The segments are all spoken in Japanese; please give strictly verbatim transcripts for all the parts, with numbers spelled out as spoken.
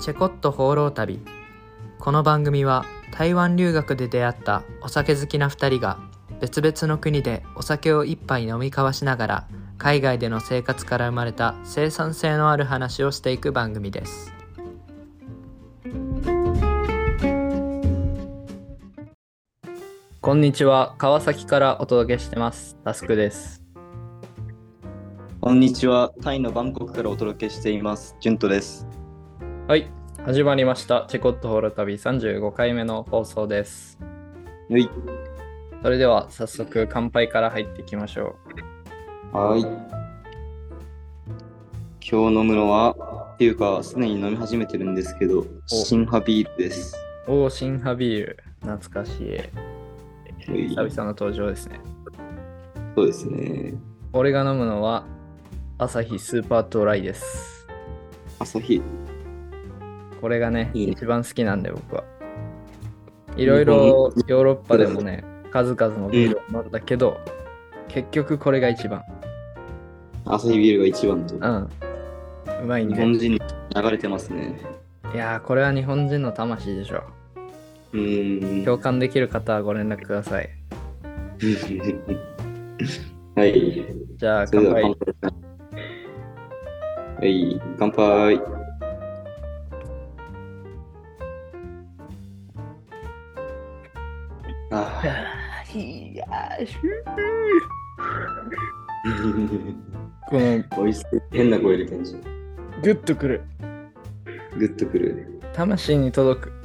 チェコット放浪旅。この番組は台湾留学で出会ったお酒好きなふたりが別々の国でお酒を一杯飲み交わしながら海外での生活から生まれた生産性のある話をしていく番組です。こんにちは、川崎からお届けしてますタスクです。 こんにちは、タイのバンコクからお届けしていますジュントです。 はい、始まりましたチェコット放浪旅さんじゅうごかいめの放送です。 はい、 それでは早速乾杯から入っていきましょう。はい。今日飲むのはっていうかすでに飲み始めてるんですけど、シンハビールです。 おお、シンハビール、懐かしい。久々の登場ですね。 そうですね。 俺が飲むのはアサヒスーパードライです。 アサヒ。 これがね、 いいね、 一番好きなんで僕は。いろいろヨーロッパでもね、数々のビールを飲んだけど、うん、結局これが一番。 アサヒビールが一番と。 うん。うまいね。 日本人に流れてますね。 いやー、これは日本人の魂でしょ。 うーん。 共感できる方はご連絡ください。 はい。 じゃあ乾杯。 はい、乾杯。ああ、いやーしゅこのおいしい変な声で感じ。 グッとくる。 グッとくる。 魂に届く。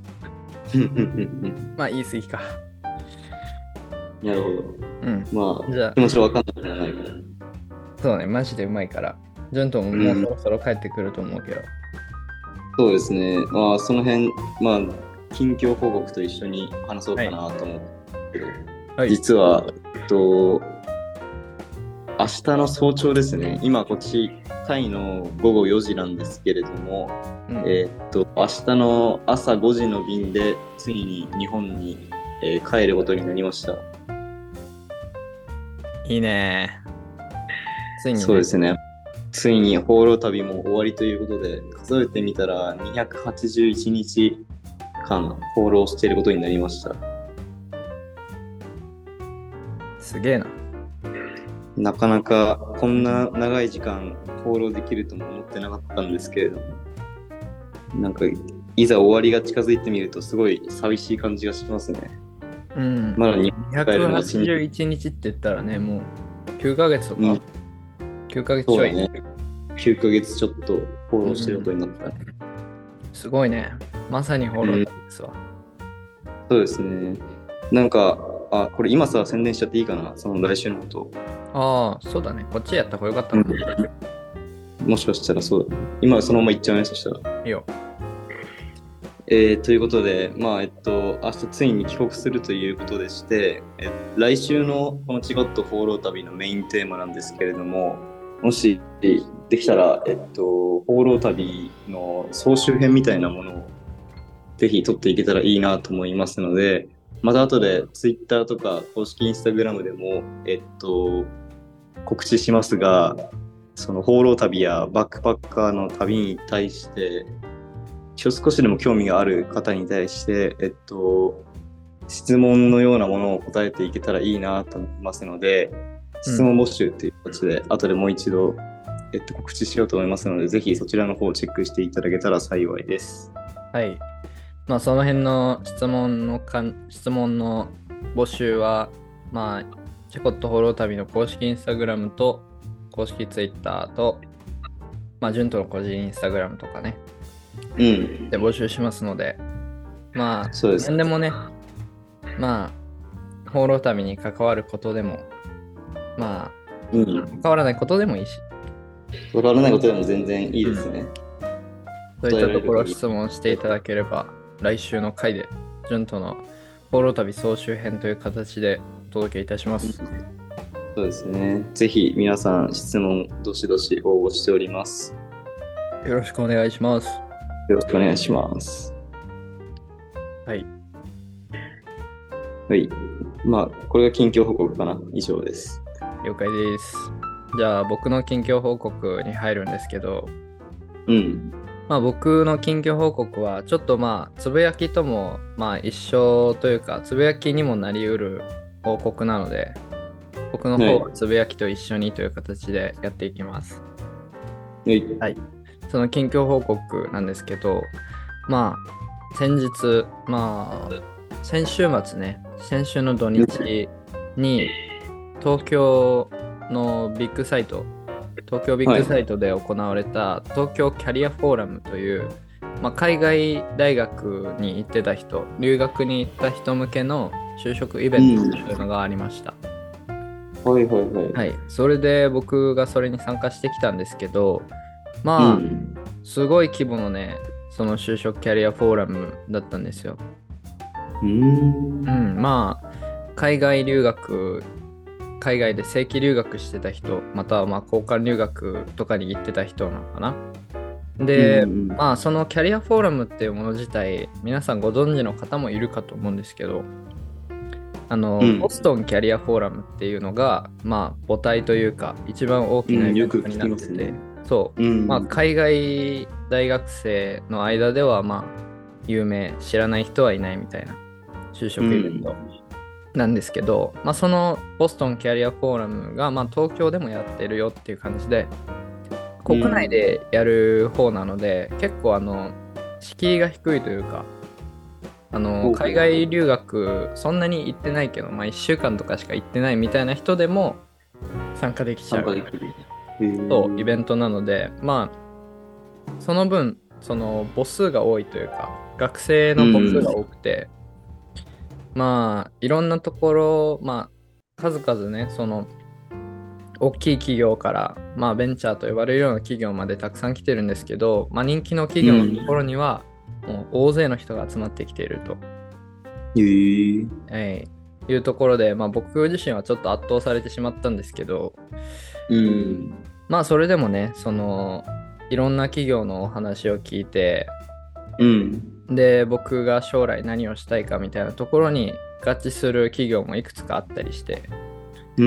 まあ言い過ぎか。 なるほど。 うん。 まあじゃあ気持ちわかんなくならないから。 そうね、マジでうまいから。ジュントももうそろそろ帰ってくると思うけど。 うん、そうですね。まあその辺、まあ近況報告と一緒に話そうかなと思うけど、はい、実は、えっと、明日の早朝ですね。今こっちタイのごごよじなんですけれども、うん、えー、っと明日の朝ごじの便でついに日本に、えー、帰ることになりました。 いいね。ついにね。 そうですね。ついに放浪旅も終わりということで、数えてみたらにひゃくはちじゅういちにちかん放浪していることになりました。 すげえな。 なかなかこんな長い時間放浪できるとも思ってなかったんですけれども、なんかいざ終わりが近づいてみるとすごい寂しい感じがしますね。 うん。 まだにひゃくはちじゅういちにちって言ったらね、もうきゅうかげつとか、うん、きゅうかげつちょい、 ね、きゅうかげつちょっと放浪してることになった、ね、 うん、すごいね。まさに放浪ですわ、 うん、そうですね。なんかあ、これ今さ宣伝しちゃっていいかな、その来週のこと。 ああ、そうだね。こっちやった方がよかったの、 うん、もしかしたらそうだ、ね、今そのまま行っちゃうね。そしたらいいよ。 えー、ということで、まあえっと、明日ついに帰国するということでして、え来週のこのチゴット放浪旅のメインテーマなんですけれども、もしできたら、えっと、放浪旅の総集編みたいなものをぜひ撮っていけたらいいなと思いますので、また後で Twitter とか公式 Instagram でも、えっと、告知しますが、その放浪旅やバックパッカーの旅に対して少しでも興味がある方に対して、えっと、質問のようなものを答えていけたらいいなと思いますので、質問募集という形で、後でもう一度、えっと、告知しようと思いますので、ぜひそちらの方をチェックしていただけたら幸いです。 はい。まあ、その辺の質問のかん質問の募集は、まあ、チェコット放浪旅の公式インスタグラムと、公式ツイッターと、まあ、ジュントの個人インスタグラムとかね、 うん、 で募集しますので、まあ、 そうです。 何でもね、まあ、放浪旅に関わることでも、まあ、うん、関わらないことでもいいし。 関わらないことでも全然いいですね。 うん、そういったところ質問していただければ、来週の回で、ジュントの放浪旅総集編という形でお届けいたします。 そうですね。ぜひ皆さん質問どしどし応募しております。 よろしくお願いします。 よろしくお願いします。 はい。 はい。まあ、これが近況報告かな。以上です。 了解です。じゃあ、僕の近況報告に入るんですけど、 うん。 まあ僕の近況報告はちょっとまあつぶやきともまあ一緒というかつぶやきにもなりうる報告なので、僕の方はつぶやきと一緒にという形でやっていきます。 はい。 はい。その近況報告なんですけど、まあ先日、まあ先週末ね、先週の土日に東京のビッグサイト、東京ビッグサイトで行われた東京キャリアフォーラムという、まあ、海外大学に行ってた人、留学に行った人向けの就職イベントというのがありました。 うん、はいはいはい。 はい。それで僕がそれに参加してきたんですけど、まあ、うん、すごい規模のね、その就職キャリアフォーラムだったんですよ。 うーん。 うん、まあ、海外留学、海外で正規留学してた人、またはまあ交換留学とかに行ってた人なのかな。で、うんうん、まあそのキャリアフォーラムっていうもの自体、皆さんご存知の方もいるかと思うんですけど、あの、うん、ボストンキャリアフォーラムっていうのが、まあ母体というか、一番大きなイベントになってて、うんね、そう、うん、まあ海外大学生の間ではまあ有名、知らない人はいないみたいな就職イベント。うんなんですけど、まあ、そのボストンキャリアフォーラムが、まあ、東京でもやってるよっていう感じで、国内でやる方なので、うん、結構あの敷居が低いというか、あの海外留学そんなに行ってないけど、まあ、いっしゅうかんとかしか行ってないみたいな人でも参加できちゃうそうイベントなので、まあその分その母数が多いというか、学生の母数が多くて、うんまあいろんなところ、まあ数々ね、その大きい企業から、まあベンチャーと呼ばれるような企業までたくさん来てるんですけど、まあ人気の企業のところには、もう大勢の人が集まってきていると。 へーえー、いうところで、まあ僕自身はちょっと圧倒されてしまったんですけど、 うん、 まあそれでもね、そのいろんな企業のお話を聞いて、 うんで僕が将来何をしたいかみたいなところに合致する企業もいくつかあったりして、 うん、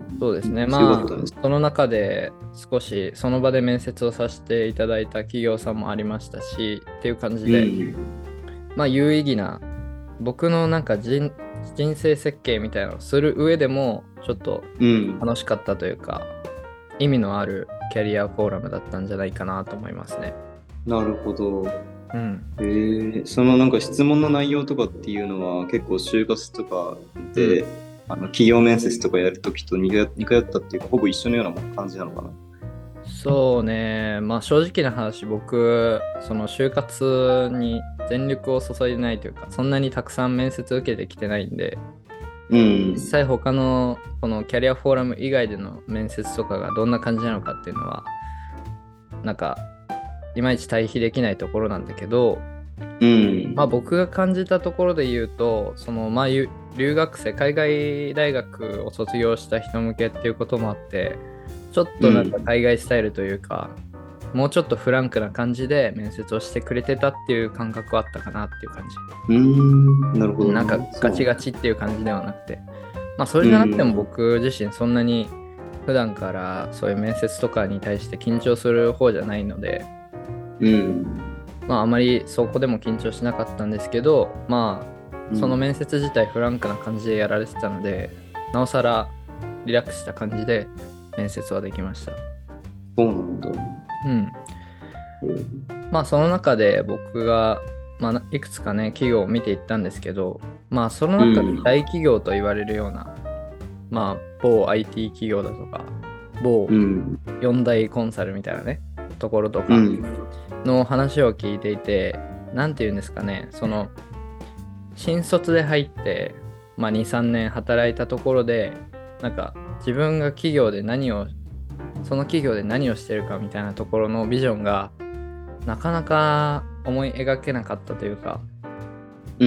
そうですね、まあその中で少しその場で面接をさせていただいた企業さんもありましたしっていう感じで、うん、まあ有意義な僕のなんか 人, 人生設計みたいなのをする上でもちょっと楽しかったというか、うん、意味のあるキャリアフォーラムだったんじゃないかなと思いますね。 なるほど。 うん、 えー、そのなんか質問の内容とかっていうのは結構就活とかで、うん、あの企業面接とかやるときと似通ったっていうかほぼ一緒のような感じなのかな。 そうね、まあ正直な話、僕その就活に全力を注いでないというか、そんなにたくさん面接受けてきてないんで、 うん、 実際他のこのキャリアフォーラム以外での面接とかがどんな感じなのかっていうのはなんかいまいち対比できないところなんだけど、 うんまあ、僕が感じたところで言うと、そのまあ留学生、海外大学を卒業した人向けっていうこともあって、ちょっとなんか海外スタイルというか、うん、もうちょっとフランクな感じで面接をしてくれてたっていう感覚はあったかなっていう感じ。 うーん、なるほど。 なんかガチガチっていう感じではなくて、まあそれじゃなくても僕自身そんなに普段からそういう面接とかに対して緊張する方じゃないので、 うん、 まああまりそこでも緊張しなかったんですけど、まあその面接自体フランクな感じでやられてたので、うん、なおさらリラックスした感じで面接はできました。 そうなんだ。 うん。まあその中で僕が、まあ、いくつかね企業を見ていったんですけど、まあその中で大企業と言われるような、うん、まあ某 アイティー 企業だとか某よん大コンサルみたいなねところとかの話を聞いていて、うん、なんていうんですかね、その新卒で入って、まあ、にさんねん働いたところでなんか自分が企業で何をその企業で何をしてるかみたいなところのビジョンがなかなか思い描けなかったというか、 うん、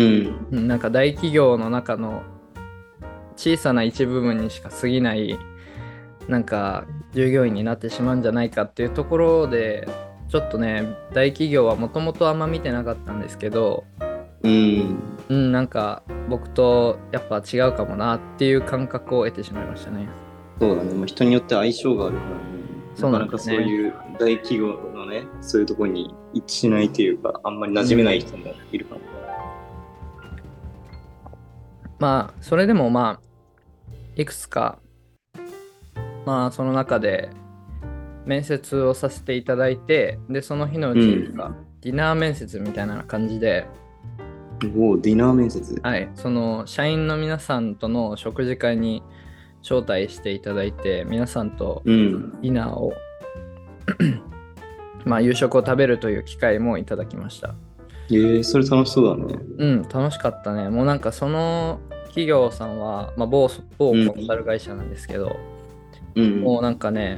なんか大企業の中の小さな一部分にしか過ぎないなんか従業員になってしまうんじゃないかっていうところで、ちょっとね大企業はもともとあんま見てなかったんですけど、 うん、 うん、なんか僕とやっぱ違うかもなっていう感覚を得てしまいましたね。 そうだね、もう人によって相性があるからね。 そうなかなかなんですね。 そういう大企業のね、そういうところに一致しないというか、あんまり馴染めない人もいるかも。 まあ、それでもまあ、いくつか、まあ、その中で面接をさせていただいて、で、その日のうちになんか、ディナー面接みたいな感じで、 おお、ディナー面接。 はい、その社員の皆さんとの食事会に招待していただいて、皆さんとデうん。 ィナーを、まあ、夕食を食べるという機会もいただきました。 えー、それ楽しそうだね。 うん、楽しかったね。もうなんかその企業さんは、まあ、某、某コンサル会社なんですけど、 うん。 もうなんかね、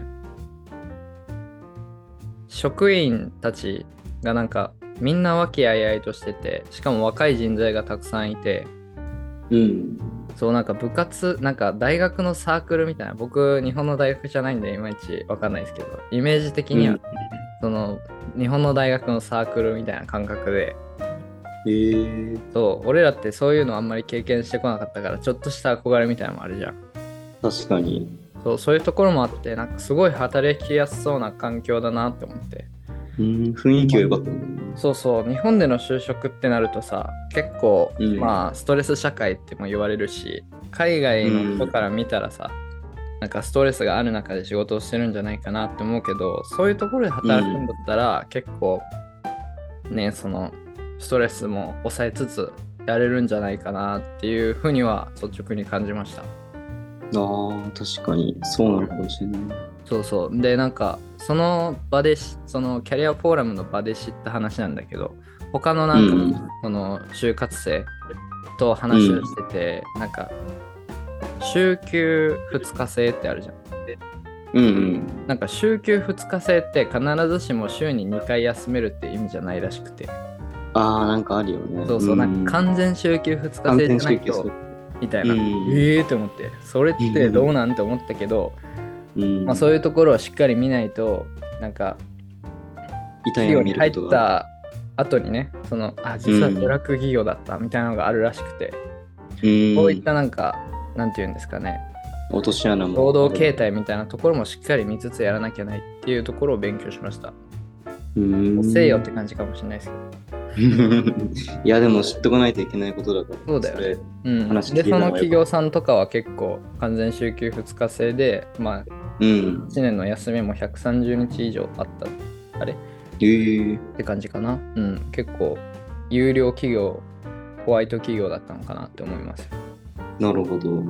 職員たちがなんかみんな和気あいあいとしてて、しかも若い人材がたくさんいて、 うん。 そうなんか部活、なんか大学のサークルみたいな、僕日本の大学じゃないんでいまいちわかんないですけど、イメージ的には、 うん、 その日本の大学のサークルみたいな感覚で、 えー、 そう俺らってそういうのあんまり経験してこなかったから、ちょっとした憧れみたいなのもあるじゃん。 確かに。 そうそういうところもあって、なんかすごい働きやすそうな環境だなって思って。 うん、雰囲気は良かったね。 そうそう、日本での就職ってなるとさ、結構、 うんまあストレス社会っても言われるし、海外の人から見たらさ、なんかストレスがある中で仕事をしてるんじゃないかなって思うけど、そういうところで働くんだったら、結構ね、そのストレスも抑えつつやれるんじゃないかなっていうふうには率直に感じました。 ああ、確かにそうなのかもしれない。 そうそう。で、なんか、その場でし、そのキャリアフォーラムの場で知った話なんだけど、他のなんか、 うんその就活生と話をしてて、なんか、週休ふつか制ってあるじゃん。 うんうん。 なんか、週休ふつか制って必ずしも週ににかい休めるって意味じゃないらしくて。 ああ、なんかあるよね。 そうそう、なんか完全週休ふつか制じゃないと、みたいな。 うんええーって思って、それってどうなんて思ったけど、 うんまあ、そういうところをしっかり見ないと、なんか、企業に入った後にね、その、あ、実はブラック企業だったみたいなのがあるらしくて、 うん、 こういったなんか、なんていうんですかね、 落とし穴も労働形態みたいなところもしっかり見つつやらなきゃないっていうところを勉強しました。 うん遅いよって感じかもしれないですけど。 いや、でも知っとかないといけないことだから。 そうだよね。うん、 話聞で、そのいた方がよかった企業さんとかは結構完全週休ふつか制で、まあ、 うんいちねんの休みもひゃくさんじゅうにち以上あった、あれえー、 って感じかな。うん、結構、有料企業、ホワイト企業だったのかなって思います。 なるほど。 うん、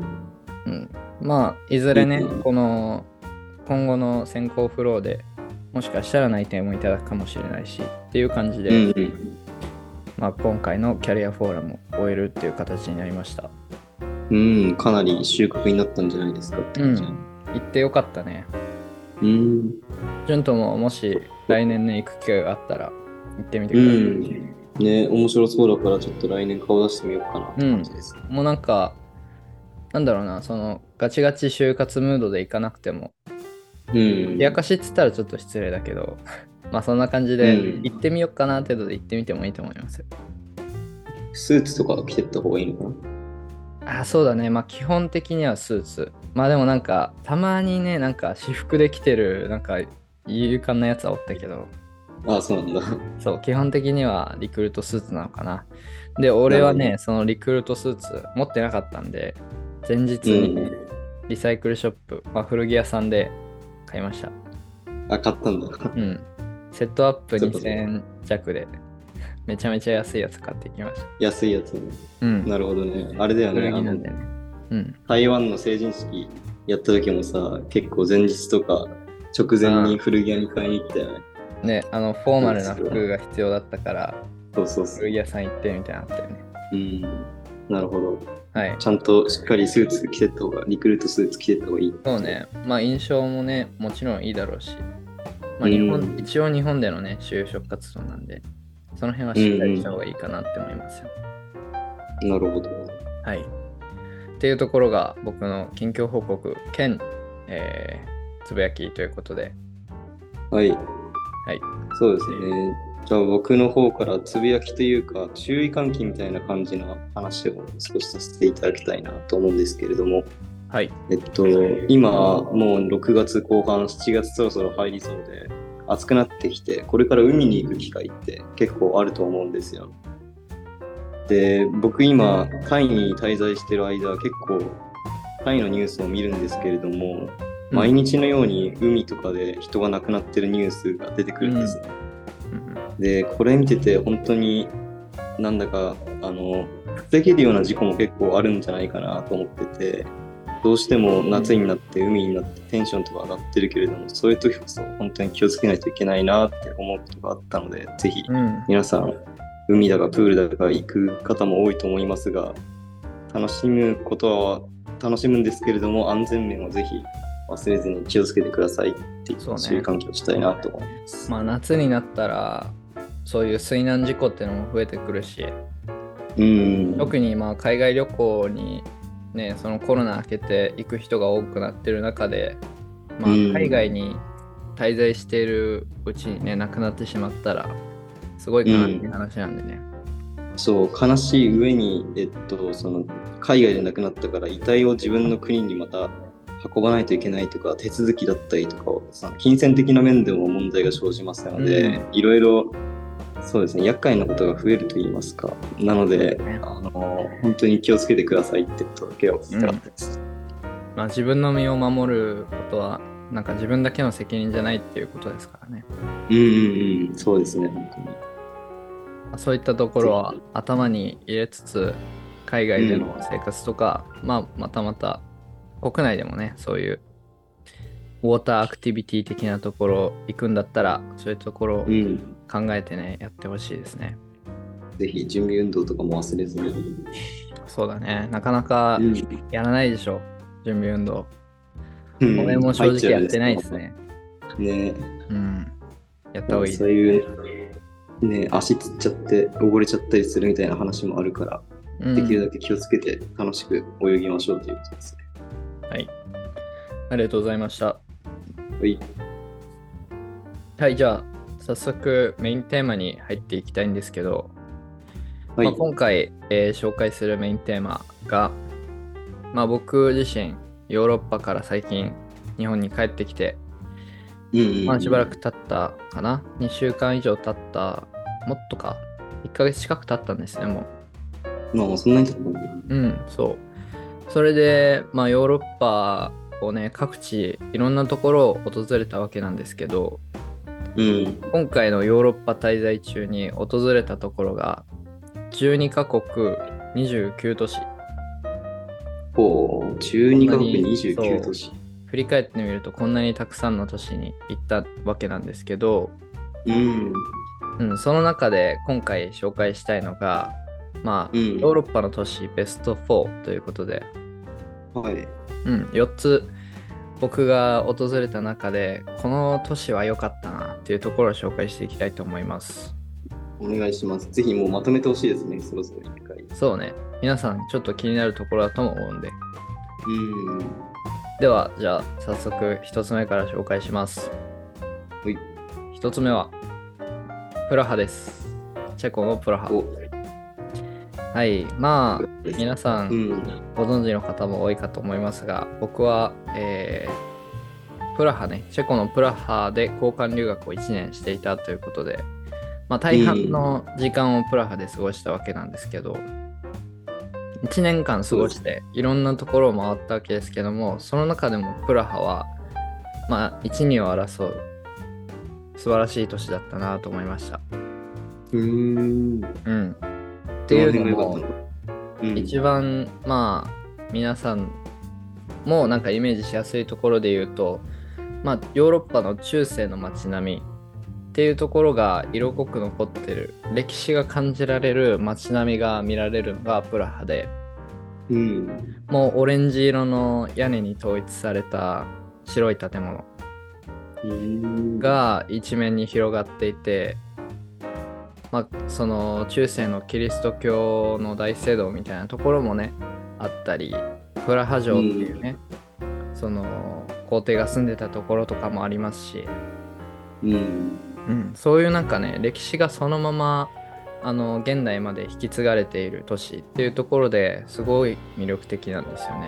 まあ、いずれね、 うんこの今後の選考フローでもしかしたら内定もいただくかもしれないしっていう感じで、 うんうんまあ、今回のキャリアフォーラムを終えるっていう形になりました。 うん、かなり収穫になったんじゃないですかってうん、 感じ。 行ってよかったね。 うん。 潤とももし来年ね、行く機会があったら行ってみてうください。 ん。ね、面白そうだからちょっと来年顔出してみようかなって感じです。 もうなんか、なんだろうな、そのガチガチ就活ムードで行かなくても、 うん。 冷やかしって言ったらちょっと失礼だけど、まあそんな感じでうん行ってみようかな程度で行ってみてもいいと思いますよ。 スーツとか着てった方がいいのかな。 あ、そうだね。まあ基本的にはスーツ。まあでもなんか、たまにね、なんか私服で着てる、なんか勇敢なやつはおったけど、 ああ、そうなんだ。 そう、基本的にはリクルートスーツなのかな。で、俺はね、そのリクルートスーツ持ってなかったんで、前日にリサイクルショップ、まあ、古着屋さんで買いました。 あ、買ったんだ。 うん。セットアップにせんえん弱で、めちゃめちゃ安いやつ買ってきました。 安いやつね。 うん。 なるほどね。あれだよね。 古着なんでね。うん。 台湾の成人式やった時もさ、結構前日とか直前に古着屋に買いに行ったよね。 ね、あの、フォーマルな服が必要だったから、 そうそうそう。 古着屋さん行ってみたいなのあったよね。 うん。なるほど。 はい。 ちゃんとしっかりスーツ着てった方が、リクルートスーツ着てった方がいい。 そうね。まあ印象もね、もちろんいいだろうし、まあ日本、 うん一応日本でのね、就職活動なんで、その辺はしっかりした方がいいかなって思いますよ。 なるほど。 はい。っていうところが僕の近況報告兼、えー、つぶやきということで。 はい。 はい。 そうですね。じゃあ僕の方からつぶやきというか注意喚起みたいな感じの話を少しさせていただきたいなと思うんですけれども、 はい。 えっと、今、もうろくがつこう半、しちがつそろそろ入りそうで、暑くなってきて、これから海に行く機会って結構あると思うんですよ。で、僕今、タイに滞在してる間、結構、タイのニュースを見るんですけれども、 うん毎日のように海とかで人が亡くなってるニュースが出てくるんですね。 うんで、これ見てて、本当になんだか、あの、防げるような事故も結構あるんじゃないかなと思ってて、どうしても夏になって海になってテンションとか上がってるけれども、そういう時こそ本当に気をつけないといけないなって思うことがあったので、ぜひうん皆さん、海だかプールだか行く方も多いと思いますが、楽しむことは楽しむんですけれども、安全面をぜひ忘れずに気をつけてくださいっていうそうね注意喚起をしたいなと思います。 まあ夏になったらそういう水難事故っていうのも増えてくるし、 うん。 特にまあ海外旅行にね、そのコロナ明けて行く人が多くなってる中で、まあうん海外に滞在しているうちにね、亡くなってしまったらすごい悲しい話なんでね。 そう悲しい上に、えっと、その海外で亡くなったから遺体を自分の国にまた運ばないといけないとか手続きだったりとかその金銭的な面でも問題が生じますので、 うんいろいろそうですね厄介なことが増えると言いますかなので、 ねあの本当に気をつけてくださいってことだけを言いたかったです。 まあ自分の身を守ることはなんか自分だけの責任じゃないっていうことですからね。 うんうんうんそうですね本当に。 そういったところは頭に入れつつ海外での生活とか、まあまたまた国内でもねそういうウォーターアクティビティ的なところ行くんだったらそういうところをうん考えてねやってほしいですね。 ぜひ準備運動とかも忘れずに。 そうだね、なかなかうんやらないでしょ準備運動。 うん俺も正直やってないですね。 ねうんやった方がいい。 そういうね足つっちゃって溺れちゃったりするみたいな話もあるから、 うんできるだけ気をつけて楽しく泳ぎましょうということですね。 はい、ありがとうございました。 はい。 はい、じゃあ早速メインテーマに入っていきたいんですけど、 はい。 まあ、今回、えー紹介するメインテーマが、まあ、僕自身ヨーロッパから最近日本に帰ってきて、 うんうんうんまあ、しばらく経ったかなにしゅうかん以上経ったもっとかいっかげつ近く経ったんですねもまあもうそんなに経ったんだ。 う。うんそうそれでまあヨーロッパをね各地いろんなところを訪れたわけなんですけど、 うん。 今回のヨーロッパ滞在中に訪れたところがじゅうにカ国にじゅうきゅう都市。 ほう、じゅうにカ国にじゅうきゅうそう都市。 振り返ってみるとこんなにたくさんの都市に行ったわけなんですけど、 うん。 うん、その中で今回紹介したいのがまあ、 うんヨーロッパの都市ベストフォーということで、 はい。 うん、よっつ僕が訪れた中でこの都市は良かったなっていうところを紹介していきたいと思います。 お願いします。ぜひもうまとめてほしいですね、そろそろ一回。 そうね、皆さんちょっと気になるところだとも思うんで。 うん。 ではじゃあ早速ひとつめから紹介します。 はい。 ひとつめはプラハです。チェコのプラハ。 お、 はい、まあ皆さうんん。 ご存知の方も多いかと思いますが、僕は、えープラハね、チェコのプラハで交換留学をいちねんしていたということで、まあ、大半の時間をプラハで過ごしたわけなんですけど、いちねんかん過ごしていろんなところを回ったわけですけども、その中でもプラハは、まあ、いち、にを争う素晴らしい都市だったなと思いました。 うーん。 うん。っていうのもどの辺が良かったのか。うん。 一番まあ皆さんもなんかイメージしやすいところで言うと、まあヨーロッパの中世の街並みっていうところが色濃く残ってる、歴史が感じられる街並みが見られるのがプラハで、 うん。 もうオレンジ色の屋根に統一された白い建物うーん。 が一面に広がっていて、まあ、その中世のキリスト教の大聖堂みたいなところもねあったり、プラハ城っていうね、その皇帝が住んでたところとかもありますし、 うん。 うん、そういうなんかね歴史がそのままあの現代まで引き継がれている都市っていうところですごい魅力的なんですよね。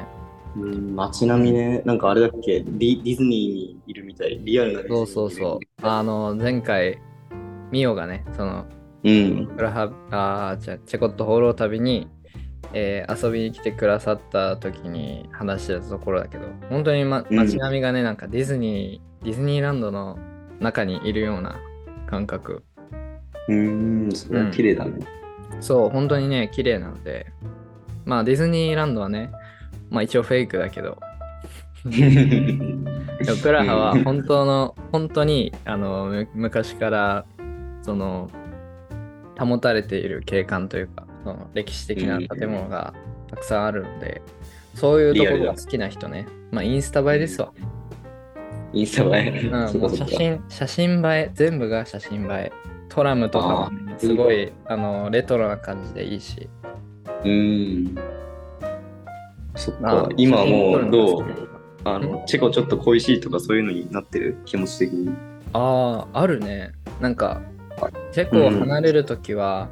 うん、街並みね、なんかあれだっけ、ディ、ディズニーにいるみたい、リアルなディズニーそうそうにいるみそう。あの、前回、ミオがね、その、 たい。うん。 プラハ、あーじゃあチェコット放浪旅に、えー遊びに来てくださった時に話してたところだけど、本当に、ま、 うん。 街並みがね、なんかディズニー、ディズニーランドの中にいるような感覚。 うーん、それはうん。 綺麗だね。 そう、本当にね、綺麗なので、まあディズニーランドはね、まあ一応フェイクだけど、でもプラハはうん。 本当の、本当に、あの、む昔から、その、保たれている景観というか、その歴史的な建物がたくさんあるので、そういうとリアルだ。 ころが好きな人ね、まあインスタ映えですわ。 インスタ映え。 うん、もうそっかそっか。 写真、写真映え、全部が写真映え。トラムとかああ、 もね、 いいわ。 すごい、あの、レトロな感じでいいし、 うーん。そっか。 まあ、写今は真撮るもうどうのが好きな人。んあの、チェコちょっと恋しいとかそういうのになってる気持ち的に。 ああ、あるね。なんか、チェコをうん。 離れるときは、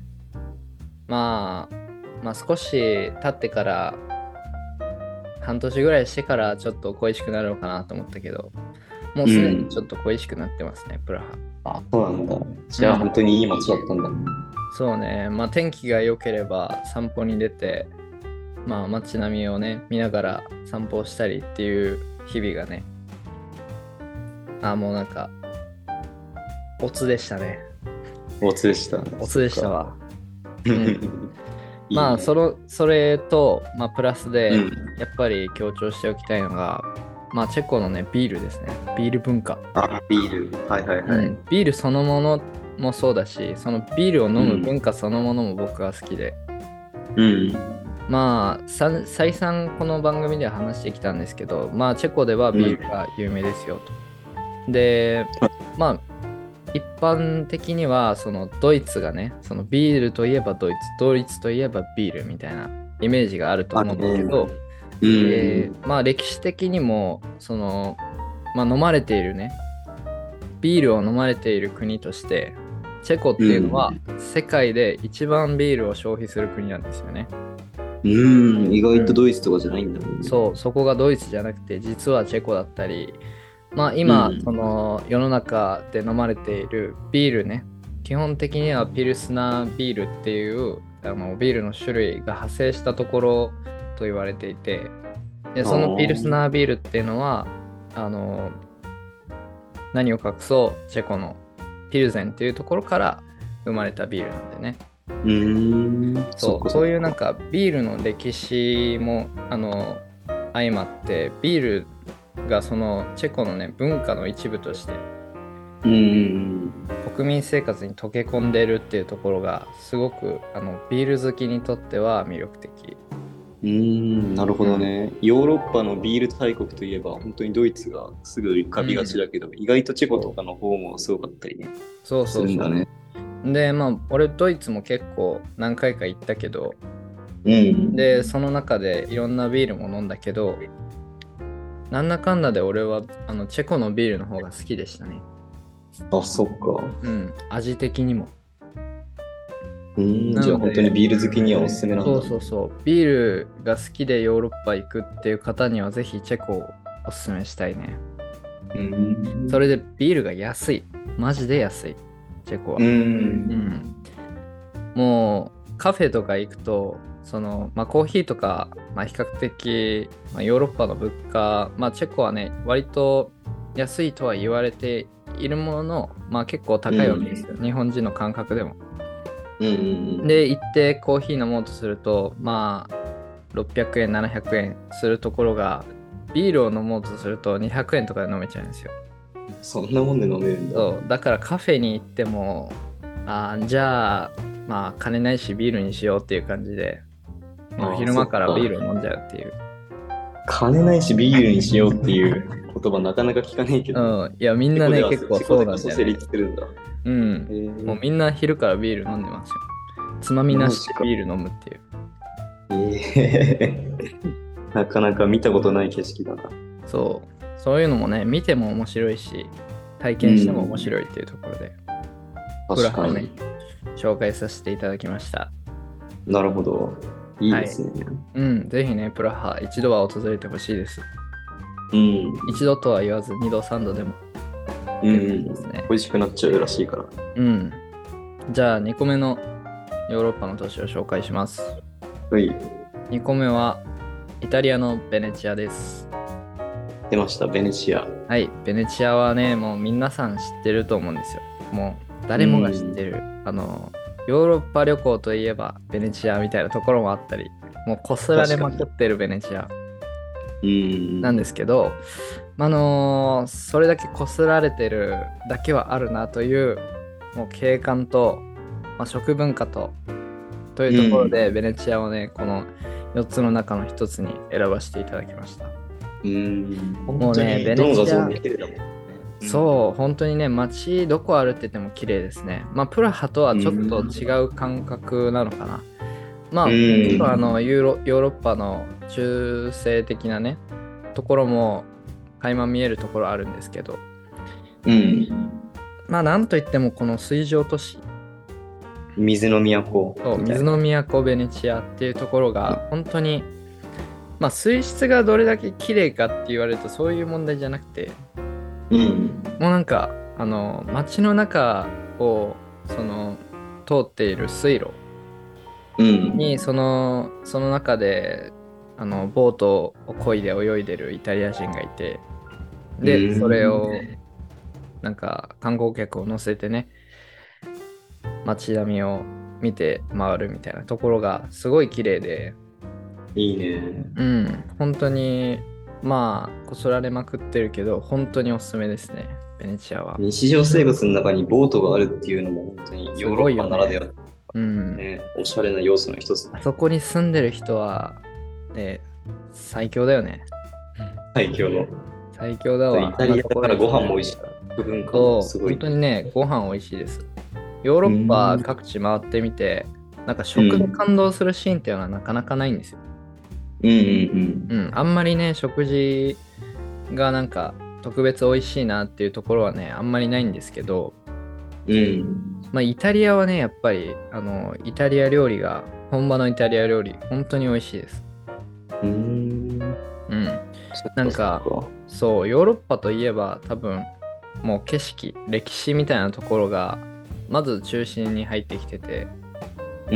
まあ、まあ少し経ってから、半年ぐらいしてからちょっと恋しくなるのかなと思ったけど、もううすでにちょっん。 と恋しくなってますね、プラハ。 あ、そうなんだ。じゃあうん。 本当にいい街だったんだ。 そうね。まあ天気が良ければ散歩に出て、まあ街並みをね、見ながら散歩をしたりっていう日々がね、あ、もうなんか、オツでしたね。 おつでした。 オツそっか。 でしたわ。うん。まあ、 いいね。 その、それと、まあ、プラスで、 うん。 やっぱり強調しておきたいのが、まあ、チェコのね、ビールですね。ビール文化。 あ、ビール。はいはいはい。 うん。ビールそのものもそうだし、そのビールを飲むうん。 文化そのものも僕は好きで、 うん。 まあ、さ再三この番組では話してきたんですけど、まあ、チェコではうん。 ビールが有名ですよと。で、まあ、一般的にはそのドイツがね、そのビールといえばドイツ、ドイツといえばビールみたいなイメージがあるとあ思うんだけるね。 ど、 うん。 えーまあ歴史的にもその、まあ、飲まれているね、ビールを飲まれている国としてチェコっうていうのはん。 世界で一番ビールを消費する国なんですよね。 うん。意外とうん、 ドイツとかじゃないんだもんね。 そう、そこがドイツじゃなくて実はチェコだったり、まあ今、そうん。 の世の中で飲まれているビールね、基本的にはピルスナービールっていうあのビールの種類が派生したところと言われていて、で、 あそのピルスあ。 ナービールっていうのは、あの、何を隠そうチェコのピルゼンっていうところから生まれたビールなんでね。 うーん。そっそう、 かそっか。 そういうなんかビールの歴史も、あの、相まって、ビールがそのチェコのね、文化の一部としてうん。 国民生活に溶け込んでるっていうところがすごくあのビール好きにとっては魅力的。 うーん、なるほうん。 どね。ヨーロッパのビール大国といえば、本当にドイツがすぐ浮かびがちうん。 だけど、意外とチェコとそかの方もすごかったりね、 うそうそうそするんだね。 う。で、まあ、俺ドイツも結構何回か行ったけど、 うん。 で、その中でいろんなビールも飲んだけど、なんだかんだで俺はあのチェコのビールの方が好きでしたね。 あ、そっか。 うん。味的にも。 うーん、じゃあ本当になので、 ビール好きにはおすすめなんそだ。 うそうそう。ビールが好きでヨーロッパ行くっていう方にはぜひチェコをおすすめしたいね。 うーん。 それでビールが安い。マジで安い。チェコは。 うー。 うんん。もうカフェとか行くと、その、まあコーヒーとか、まあ比較的、まあ、ヨーロッパの物価、まあチェコはね、割と安いとは言われているものの、まあ結構う高いわけですよ。 ん。 日本人の感覚でも。 うん。 で、行ってコーヒー飲もうとすると、まあろっぴゃくえん、ななひゃくえんするところが、ビールを飲もうとするとにひゃくえんとかで飲めちゃうんですよ。 そんなもんで飲めるんだ。 そう、だからカフェに行っても、あーじゃあ、まあ、金ないしビールにしようっていう感じで、もうああ、 昼間からそっか。 ビールを飲んじゃうっていう。 金ないしビールにしようっていう言葉なかなか聞かないけど、 うん。いや、みんなね、 チェコでは、 結構そうチェコでこなんだよね。 そ成立するんだ。 うん。 へもうえ、 みんな昼からビール飲んでますよ。つまみなマジか。 しでビール飲むっていう。 ええなかなか見たことない景色だな。 そう。そういうのもね、見ても面白いし、体う験しても面ん、 白いっていうところで、プラハをね、 確かに。 紹介させていただきました。 なるほど。 いいですね。 うん、ぜひね、プラハ一度は訪れてほしいです。 うん。 一度とは言わず、二度、三度でもうんですね。 美味しくなっちゃうらしいから。 うん。じゃあ、にこめのヨーロッパの都市を紹介します。 はい。 にこめはイタリアのベネチアです。 出ました、ベネチア。 はい、ベネチアはね、もう皆さん知ってると思うんですよ。もう誰もが知ってる。あの、ヨーロッパ旅行といえばベネチアみたいなところもあったり、もうこすられまくってるベネチアうん。 なんですけど、あのーそれだけこすられてるだけはあるなという、もう景観と、まあ、食文化と、というところで、ベネチアをね、このよっつの中のひとつに選ばせていただきました。 うん。 もうね、ベどのネチア画像も綺麗だもんね。 そう、本当にね、街どこ歩ってても綺麗ですね。まあ、プラハとはちょっと違う感覚なのかな。まあ、もちろんあのユーロヨーロッパの中世的なね、ところも垣間見えるところあるんですけど、 うん。 まあ、なんといってもこの水上都市、 水の都。 そう水の都ベネチアっていうところが、本当に、まあ、水質がどれだけ綺麗かって言われるとそういう問題じゃなくて、 うん。 もうなんかあの街の中をその通っている水路うん。 にそのその中であのボートを漕いで泳いでるイタリア人がいて、でそれをなんか観光客を乗せてね、街並みを見て回るみたいなところがすごい綺麗で、 いいね。 うん本当にまあこそられまくってるけど本当におすすめですね、ベネチアは。 日常生活の中にボートがあるっていうのも本当にヨーロッパならでは、 うん、 ね、おしゃれな要素の一つ。 あそこに住んでる人は、ね、最強だよね。 最強の。 最強だわ。 イタリアだからご飯も美味しいから、食文化もすごい。 本当にね、ご飯美味しいです。ヨーロッパ各地回ってみて、なんか食で感動するシーンっていうのはなかなかないんですよ。 うんうんうん。 うん、あんまりね、食事がなんか特別美味しいなっていうところはね、あんまりないんですけど、 うん。 まあ、イタリアはね、やっぱり、あの、イタリア料理が、本場のイタリア料理、本当に美味しいです。 うーん。 うん。なんか、そう、ヨーロッパといえば、多分、もう景色、歴史みたいなところが、まず中心に入ってきてて、 うん。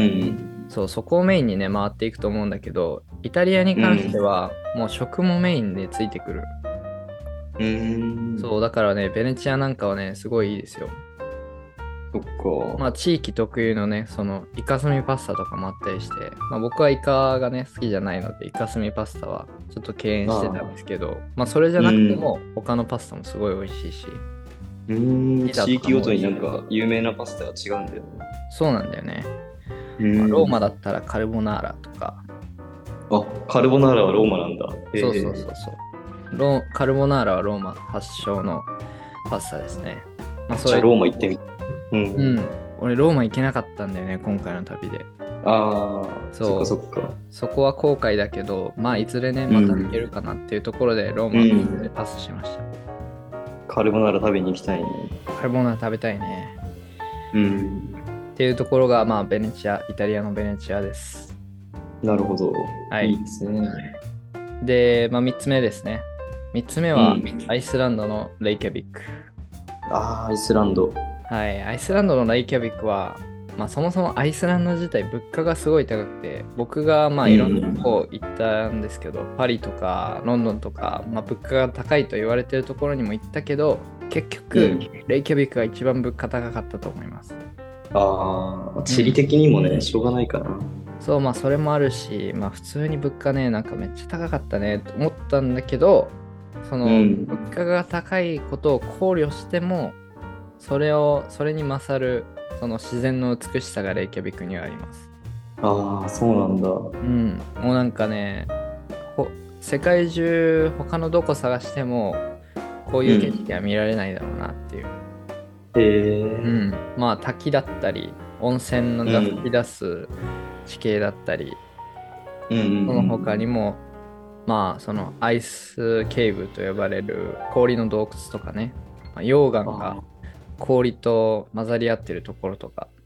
そう、そこをメインにね、回っていくと思うんだけど、イタリアに関しては、もう食もメインでついてくる。 うーん。 そう、だからね、ベネチアなんかはね、すごいいいですよ。 そっか。 まあ地域特有のね、そのイカスミパスタとかもあったりして、まあ僕はイカがね、好きじゃないので、イカスミパスタはちょっと敬遠してたんですけど、まあそれじゃなくても、他のパスタもすごい美味しいし。 うーん。地域ごとになんか有名なパスタが違うんだよね。 そうなんだよね。 うんまあローマだったらカルボナーラとか。 あ、カルボナーラはローマなんだ。へーそうそうそうそう。ロカルボナーラはローマ発祥のパスタですね。まあそれじゃあローマ行ってみて。うん。 うん。俺ローマ行けなかったんだよね、今回の旅で。 ああ、 そうそっかそっか。 そこは後悔だけど、まあいずれね、また行けるかなっていうところで、ローマでパスしました。 カルボナーラ食べに行きたいね。 カルボナーラ食べたいね。 うん。 っていうところが、まあベネチア、イタリアのベネチアです。 なるほど。 はいいいですね。 で、まあみっつめですね。みっつめは、 うんアイスランドのレイキャビック。 ああ、アイスランド。 はい、アイスランドのレイキャビックは、まあそもそもアイスランド自体物価がすごい高くて、僕がまあいろんなとこ行ったんですけど、パリとかロンドンとか、まあ物価が高いと言われてるところにも行ったけど、結局、 うんレイキャビックが一番物価高かったと思います。 ああ、地理的にもね、しょうがないかな。 そう、まあそれもあるし、まあ普通に物価ね、なんかめっちゃ高かったねと思ったんだけど、そのうん物価が高いことを考慮しても、それを、それに勝る、その自然の美しさがレイキャビックにはあります。 ああ、そうなんだ。 うん、もうなんかね、ほ世界中他のどこ探しても、こういう景色は見られないだろうなっていう。 へえ。 うん、まあ滝だったり、温泉が吹き出す地形だったり、 うんうんうんその他にも、まあそのアイスケーブと呼ばれる氷の洞窟とかね、まあ溶岩が氷と混ざり合ってるところとか、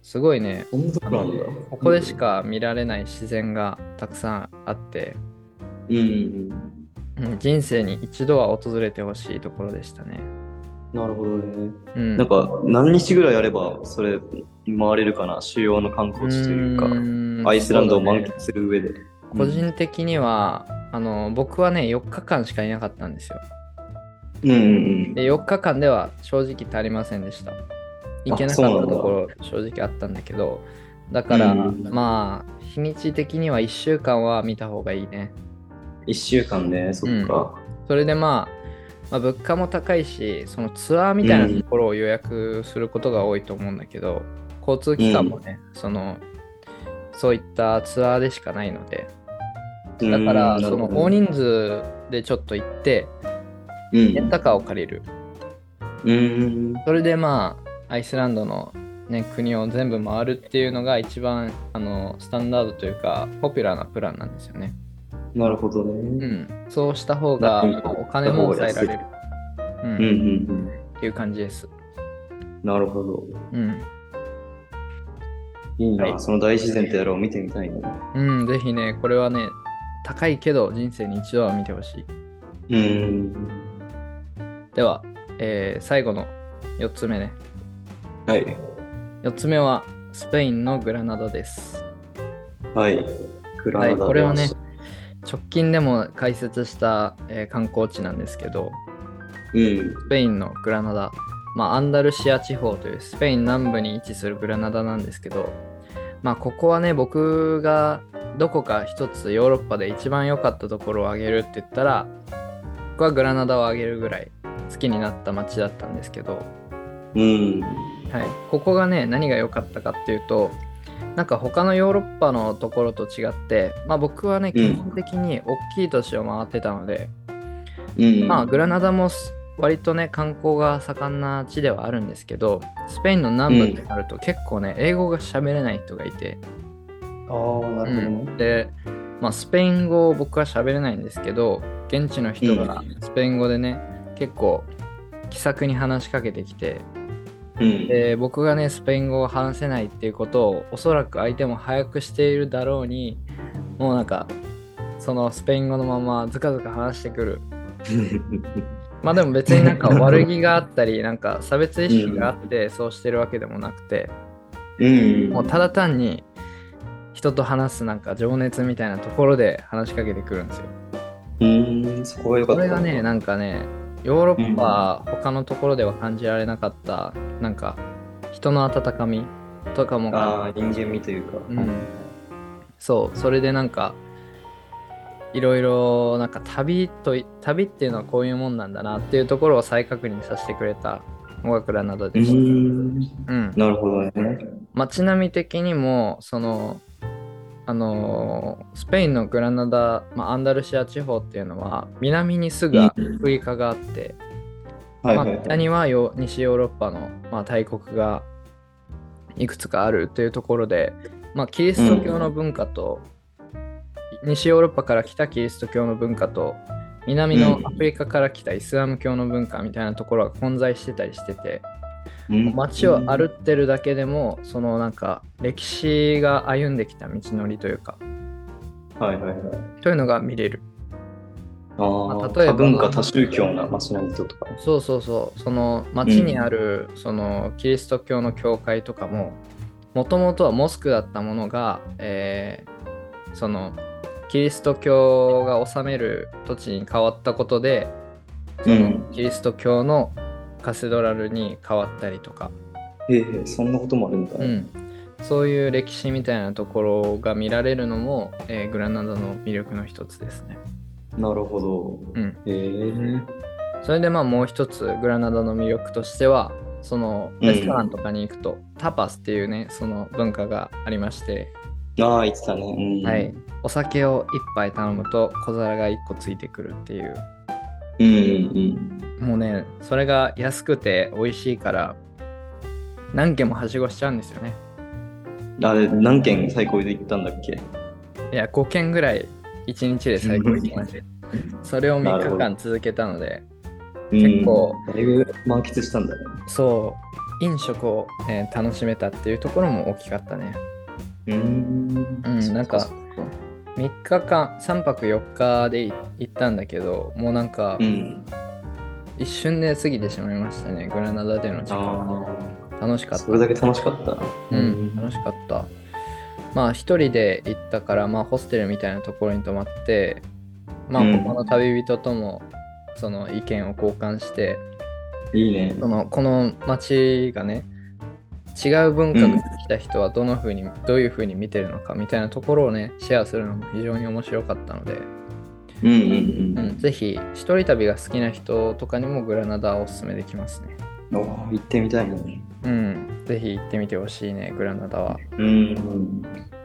すごいね、 そんなとこなんだ。 ここでしか見られない自然がたくさんあって、 うんうんうん人生に一度は訪れてほしいところでしたね。 うん。なるほどね。 うん、 なんか何日ぐらいあればそれ回れるかな、主要の観光地というか、 うーんアイスランドを満そうだね喫する上で。 個人的には、あの僕はねよっかかんしかいなかったんですよ。 うんうんでよっかかんでは正直足りませんでした。行けなかったところ正直あったんだけど、だから、 うんまあ日にち的にはいっしゅうかんは見た方がいいね。 うん。いっしゅうかんね、そっか。 それで、まあ、まあ物価も高いし、そのツアーみたいなところを予約することが多いと思うんだけど、交通機関もね、そのそういったツアーでしかないので、だからうんその大人数でちょっと行ってうんレンタカーを借りる。 うんそれでまあアイスランドの、ね、国を全部回るっていうのが一番あのスタンダードというかポピュラーなプランなんですよね。 なるほどね。 うん、そうした方がうんお金も抑えられる、うんうんうんうん。 っていう感じです。 なるほど。 うん、 いいな、 はいその大自然ってやろう見てみたいな。 うん、ぜひね、これはね、高いけど人生に一度は見てほしい。 うん。 では、えー最後のよっつめね。 はい。 よっつめはスペインのグラナダです。 はい。グラはい、 ナダこれはね出まし、 直近でも開設した、えー観光地なんですけど、 たうん。 スペインのグラナダ、まあ、アンダルシア地方というスペイン南部に位置するグラナダなんですけど、まあ、ここはね、僕がどこか一つヨーロッパで一番良かったところを挙げるって言ったら、僕はグラナダを挙げるぐらい好きになった街だったんですけど、 うん。 はい、ここがね、何が良かったかっていうと、なんか他のヨーロッパのところと違って、まあ、僕はね、基本的に大きい都市を回ってたので、 うん。 まあ、グラナダも割とね、観光が盛んな地ではあるんですけど、スペインの南部ってなると結構ね、英語が喋れない人がいて、 ああ、なるほどね。 うんで、まあ、スペイン語を僕は喋れないんですけど、現地の人がスペイン語でね、結構気さくに話しかけてきて、 うん。 で僕がねスペイン語を話せないっていうことをおそらく相手も把握しているだろうに、もうなんかそのスペイン語のままずかずか話してくる。まあでも別になんか悪気があったりなんか差別意識があってそうしてるわけでもなくて、 うん。 もうただ単に人と話すなんか情熱みたいなところで話しかけてくるんですよ。 うん。そこが良かった。 これがねなんかねヨーロッパ、他のところでは感じられなかったなんか人の温かみとかもああ、人間味というか。 うん、そうそれでなんかいろいろなんか旅と旅っていうのはこういうもんなんだなっていうところを再確認させてくれたのがグラナダうでした。 ん。 うん、 なるほどね。 街並み的にもそのあのースペインのグラナダ、まあ、アンダルシア地方っていうのは南にすぐアフリカがあって、まあ、 はいはいはい。 北にはヨ西ヨーロッパの、まあ、大国がいくつかあるというところで、まあ、キリスト教の文化と、西ヨーロッパから来たキリスト教の文化と南のアフリカから来たイスラム教の文化みたいなところが混在してたりしてて、 うん街を歩ってるだけでもそのなんか歴史が歩んできた道のりというかはいはいはい。 というのが見れる。 ああ、 まあ例えば多文化多宗教な街並みとか。 そうそうそう、その街にあるそのキリスト教の教会とかももともとはモスクだったものが、えーそのキリスト教が治める土地に変わったことでそのキリスト教のカセドラルに変わったりとか、 へえ、そんなこともあるんだ。 うん、そういう歴史みたいなところが見られるのも、えーグラナダの魅力の一つですね。 なるほど。 うん、 へえ。 それでまあもう一つグラナダの魅力としてはそのレストランとかに行くと、タパスっていうねその文化がありまして、 ああ、言ってたね。うん、 はい、お酒を一杯頼むと小皿が一個ついてくるっていう、 うんうんもうねそれが安くて美味しいから何軒もはしごしちゃうんですよね。 うん。あれ、何件最高で行ったんだっけ？ いやごけんぐらいいちにちで最高行きましたそれをみっかかん続けたので結構うん、だいぶ満喫したんだね。 そう飲食を、えー楽しめたっていうところも大きかったね。 うーん。 うんなんかそっそっみっかかん、さんぱくよっかでい行ったんだけど、もうなんかうん。 一瞬で過ぎてしまいましたね、グラナダでの時間。 ああ、 楽しかった。 それだけ楽しかった。 うん、楽しかった。まあ一人で行ったから、まあホステルみたいなところに泊まって、まあうん他の旅人ともその意見を交換して、 いいね。 そのこの街がね、違う文化から来た人はどの風に、どういう風に見てるのかみたいなところをね、シェアするのも非常に面白かったので、 うんうんううんん、ぜひ一人旅が好きな人とかにもグラナダをおすすめできますね。 うん。おー行ってみたいね。 うん、ぜひ行ってみてほしいね、グラナダは。 うん。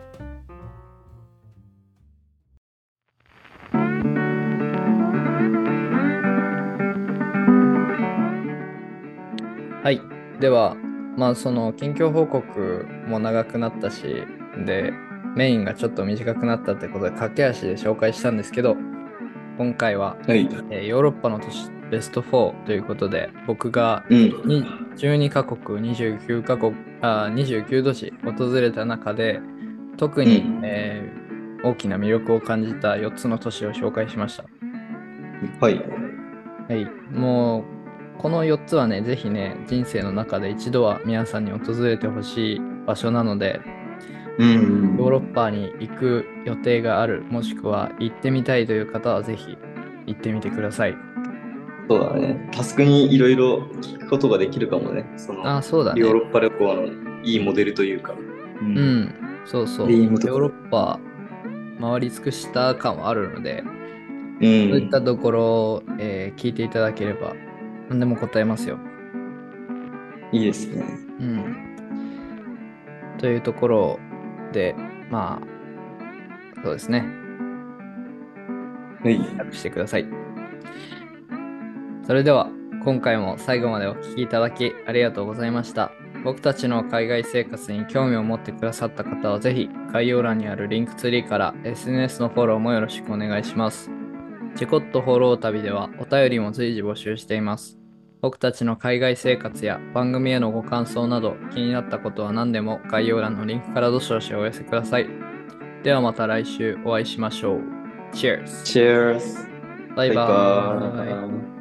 はい。では、まあその近況報告も長くなったし、で、メインがちょっと短くなったってことで駆け足で紹介したんですけど、今回は、 はい。 えーヨーロッパの都市ベストフォーということで、僕がうん。 にじゅうにカ国、にじゅうきゅうカ国、あにじゅうきゅう都市訪れた中で、特に、 うんえー大きな魅力を感じたよっつの都市を紹介しました。 はい。 はい。もう、このよっつはね、ぜひね、人生の中で一度は皆さんに訪れてほしい場所なので、 うん。 ヨーロッパに行く予定がある、もしくは行ってみたいという方はぜひ行ってみてください。 そうだね。タスクにいろいろ聞くことができるかもね。そのあ、そうだね。 ヨーロッパ旅行のいいモデルというか。うう。ん、そうそう。ヨリームとかーロッパ回り尽くした感はあるので、 うそういっん。 たところを、えー聞いていただければ何でも答えますよ。 いいですね。 うん。というところで、まあ、そうですね。 はい。 楽してください。それでは、今回も最後までお聞きいただきありがとうございました。僕たちの海外生活に興味を持ってくださった方は、ぜひ概要欄にあるリンクツリーから エスエヌエス のフォローもよろしくお願いします。チコットフォロー旅ではお便りも随時募集しています。僕たちの海外生活や番組へのご感想など気になったことは何でも概要欄のリンクからどしどしお寄せください。ではまた来週お会いしましょう。Cheers! Cheers! バイババイバーイ。 ーイ。